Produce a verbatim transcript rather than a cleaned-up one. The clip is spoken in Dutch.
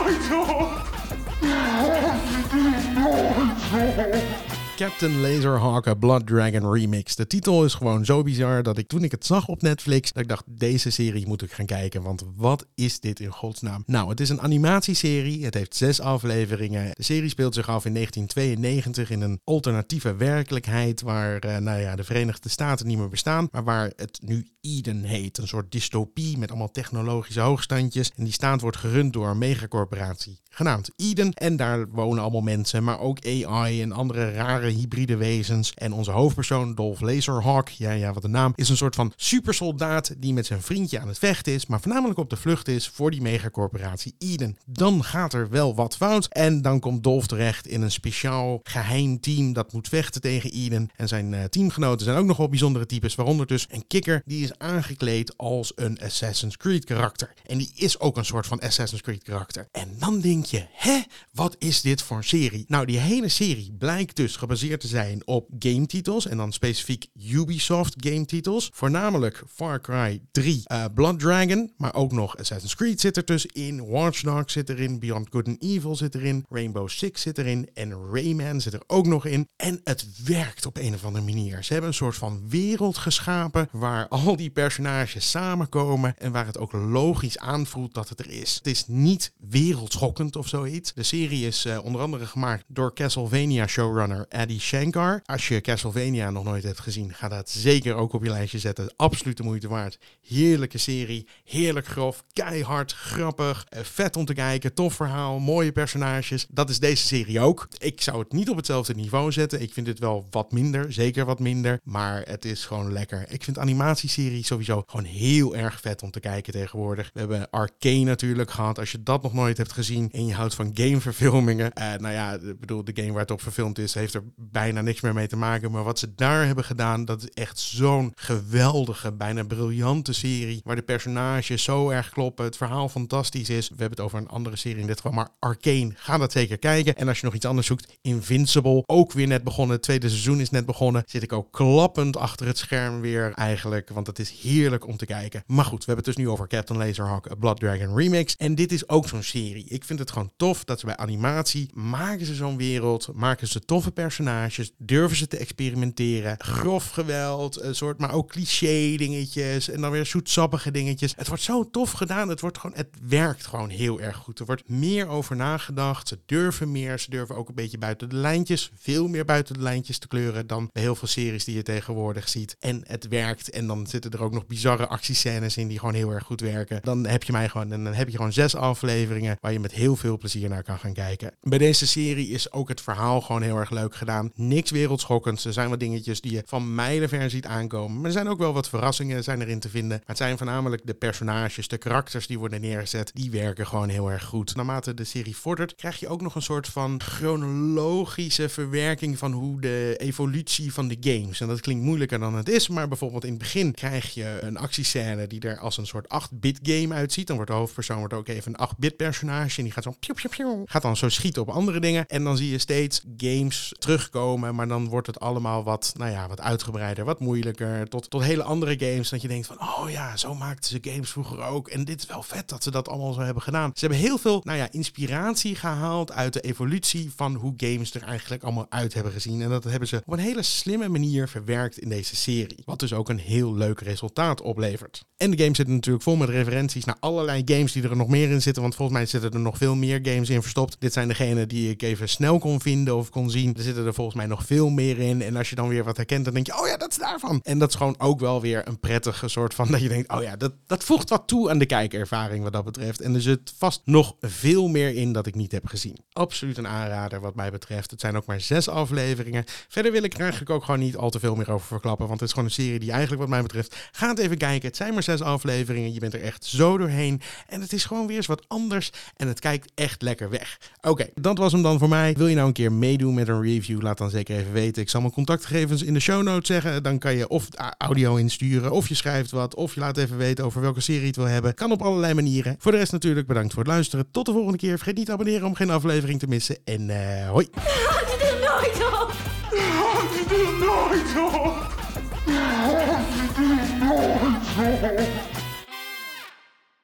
Captain Laserhawk A Blood Dragon Remix. De titel is gewoon zo bizar dat ik toen ik het zag op Netflix, dat ik dacht, deze serie moet ik gaan kijken, want wat is dit in godsnaam? Nou, het is een animatieserie, het heeft zes afleveringen. De serie speelt zich af in negentien tweeënnegentig in een alternatieve werkelijkheid waar uh, nou ja, de Verenigde Staten niet meer bestaan, maar waar het nu Eden heet. Een soort dystopie met allemaal technologische hoogstandjes. En die staat wordt gerund door een megacorporatie genaamd Eden. En daar wonen allemaal mensen, maar ook A I en andere rare hybride wezens. En onze hoofdpersoon, Dolph Laserhawk, ja ja, wat een naam, is een soort van supersoldaat die met zijn vriendje aan het vechten is, maar voornamelijk op de vlucht is voor die megacorporatie Eden. Dan gaat er wel wat fout en dan komt Dolph terecht in een speciaal geheim team dat moet vechten tegen Eden. En zijn uh, teamgenoten zijn ook nog wel bijzondere types, waaronder dus een kikker die is aangekleed als een Assassin's Creed karakter. En die is ook een soort van Assassin's Creed karakter. En dan denk je, hè, wat is dit voor een serie? Nou, die hele serie blijkt dus gebaseerd te zijn op gametitels en dan specifiek Ubisoft gametitels. Voornamelijk Far Cry drie, uh, Blood Dragon, maar ook nog Assassin's Creed zit er tussenin, Watch Dogs zit erin, Beyond Good and Evil zit erin, Rainbow Six zit erin en Rayman zit er ook nog in. En het werkt op een of andere manier. Ze hebben een soort van wereld geschapen waar al die personages samenkomen en waar het ook logisch aanvoelt dat het er is. Het is niet wereldschokkend of zoiets. De serie is uh, onder andere gemaakt door Castlevania showrunner Adi Shankar. Als je Castlevania nog nooit hebt gezien, ga dat zeker ook op je lijstje zetten. Absoluut de moeite waard. Heerlijke serie, heerlijk grof, keihard, grappig, uh, vet om te kijken, tof verhaal, mooie personages. Dat is deze serie ook. Ik zou het niet op hetzelfde niveau zetten. Ik vind het wel wat minder, zeker wat minder, maar het is gewoon lekker. Ik vind animatieseries sowieso gewoon heel erg vet om te kijken tegenwoordig. We hebben Arcane natuurlijk gehad. Als je dat nog nooit hebt gezien en je houdt van gameverfilmingen. Uh, nou ja, ik bedoel, de game waar het op verfilmd is, heeft er bijna niks meer mee te maken. Maar wat ze daar hebben gedaan, dat is echt zo'n geweldige, bijna briljante serie. Waar de personages zo erg kloppen, het verhaal fantastisch is. We hebben het over een andere serie in dit geval, maar Arcane, ga dat zeker kijken. En als je nog iets anders zoekt, Invincible, ook weer net begonnen. Het tweede seizoen is net begonnen. Zit ik ook klappend achter het scherm weer eigenlijk, want het is heerlijk om te kijken. Maar goed, we hebben het dus nu over Captain Laserhawk A Blood Dragon Remix. En dit is ook zo'n serie. Ik vind het gewoon tof dat ze bij animatie maken ze zo'n wereld, maken ze toffe personages, durven ze te experimenteren, grof geweld, een soort, maar ook cliché dingetjes en dan weer zoetsappige dingetjes. Het wordt zo tof gedaan, het wordt gewoon, het werkt gewoon heel erg goed. Er wordt meer over nagedacht, ze durven meer, ze durven ook een beetje buiten de lijntjes, veel meer buiten de lijntjes te kleuren dan bij heel veel series die je tegenwoordig ziet. En het werkt en dan zitten er ook nog bizarre actiescènes in die gewoon heel erg goed werken. Dan heb je mij gewoon, en dan heb je gewoon zes afleveringen waar je met heel veel plezier naar kan gaan kijken. Bij deze serie is ook het verhaal gewoon heel erg leuk gedaan. Niks wereldschokkends. Er zijn wat dingetjes die je van mijlenver ziet aankomen. Maar er zijn ook wel wat verrassingen zijn erin te vinden. Maar het zijn voornamelijk de personages, de karakters die worden neergezet. Die werken gewoon heel erg goed. Naarmate de serie vordert, krijg je ook nog een soort van chronologische verwerking van hoe de evolutie van de games. En dat klinkt moeilijker dan het is. Maar bijvoorbeeld in het begin krijg je een actiescène die er als een soort acht-bit game uitziet. Dan wordt de hoofdpersoon wordt ook even een acht-bit personage. En die gaat zo piu, piu, piu, gaat dan zo schieten op andere dingen. En dan zie je steeds games terugkomen. Maar dan wordt het allemaal wat, nou ja, wat uitgebreider, wat moeilijker. Tot, tot hele andere games. Dat je denkt van, oh ja, zo maakten ze games vroeger ook. En dit is wel vet dat ze dat allemaal zo hebben gedaan. Ze hebben heel veel, nou ja, inspiratie gehaald uit de evolutie van hoe games er eigenlijk allemaal uit hebben gezien. En dat hebben ze op een hele slimme manier verwerkt in deze serie. Wat dus ook een heel leuk resultaat oplevert. En de game zit natuurlijk vol met referenties naar allerlei games die er nog meer in zitten. Want volgens mij zitten er nog veel meer games in verstopt. Dit zijn degene die ik even snel kon vinden of kon zien. Er zitten er volgens mij nog veel meer in. En als je dan weer wat herkent, dan denk je, oh ja, dat is daarvan. En dat is gewoon ook wel weer een prettige soort van, dat je denkt, oh ja, dat, dat voegt wat toe aan de kijkervaring wat dat betreft. En er zit vast nog veel meer in dat ik niet heb gezien. Absoluut een aanrader wat mij betreft. Het zijn ook maar zes afleveringen. Verder wil ik er eigenlijk ook gewoon niet al te veel meer over verklappen. Want het is gewoon een serie die eigenlijk wat mij betreft, ga het even kijken. Het zijn maar zes afleveringen. Je bent er echt zo doorheen. En het is gewoon weer eens wat anders. En het kijkt echt lekker weg. Oké, okay, dat was hem dan voor mij. Wil je nou een keer meedoen met een review? Laat dan zeker even weten. Ik zal mijn contactgegevens in de show notes zeggen. Dan kan je of audio insturen, of je schrijft wat, of je laat even weten over welke serie je het wil hebben. Kan op allerlei manieren. Voor de rest natuurlijk bedankt voor het luisteren. Tot de volgende keer. Vergeet niet te abonneren om geen aflevering te missen. En uh, hoi! Houd je er nooit op! Houd je er nooit op! Houd je er nooit op!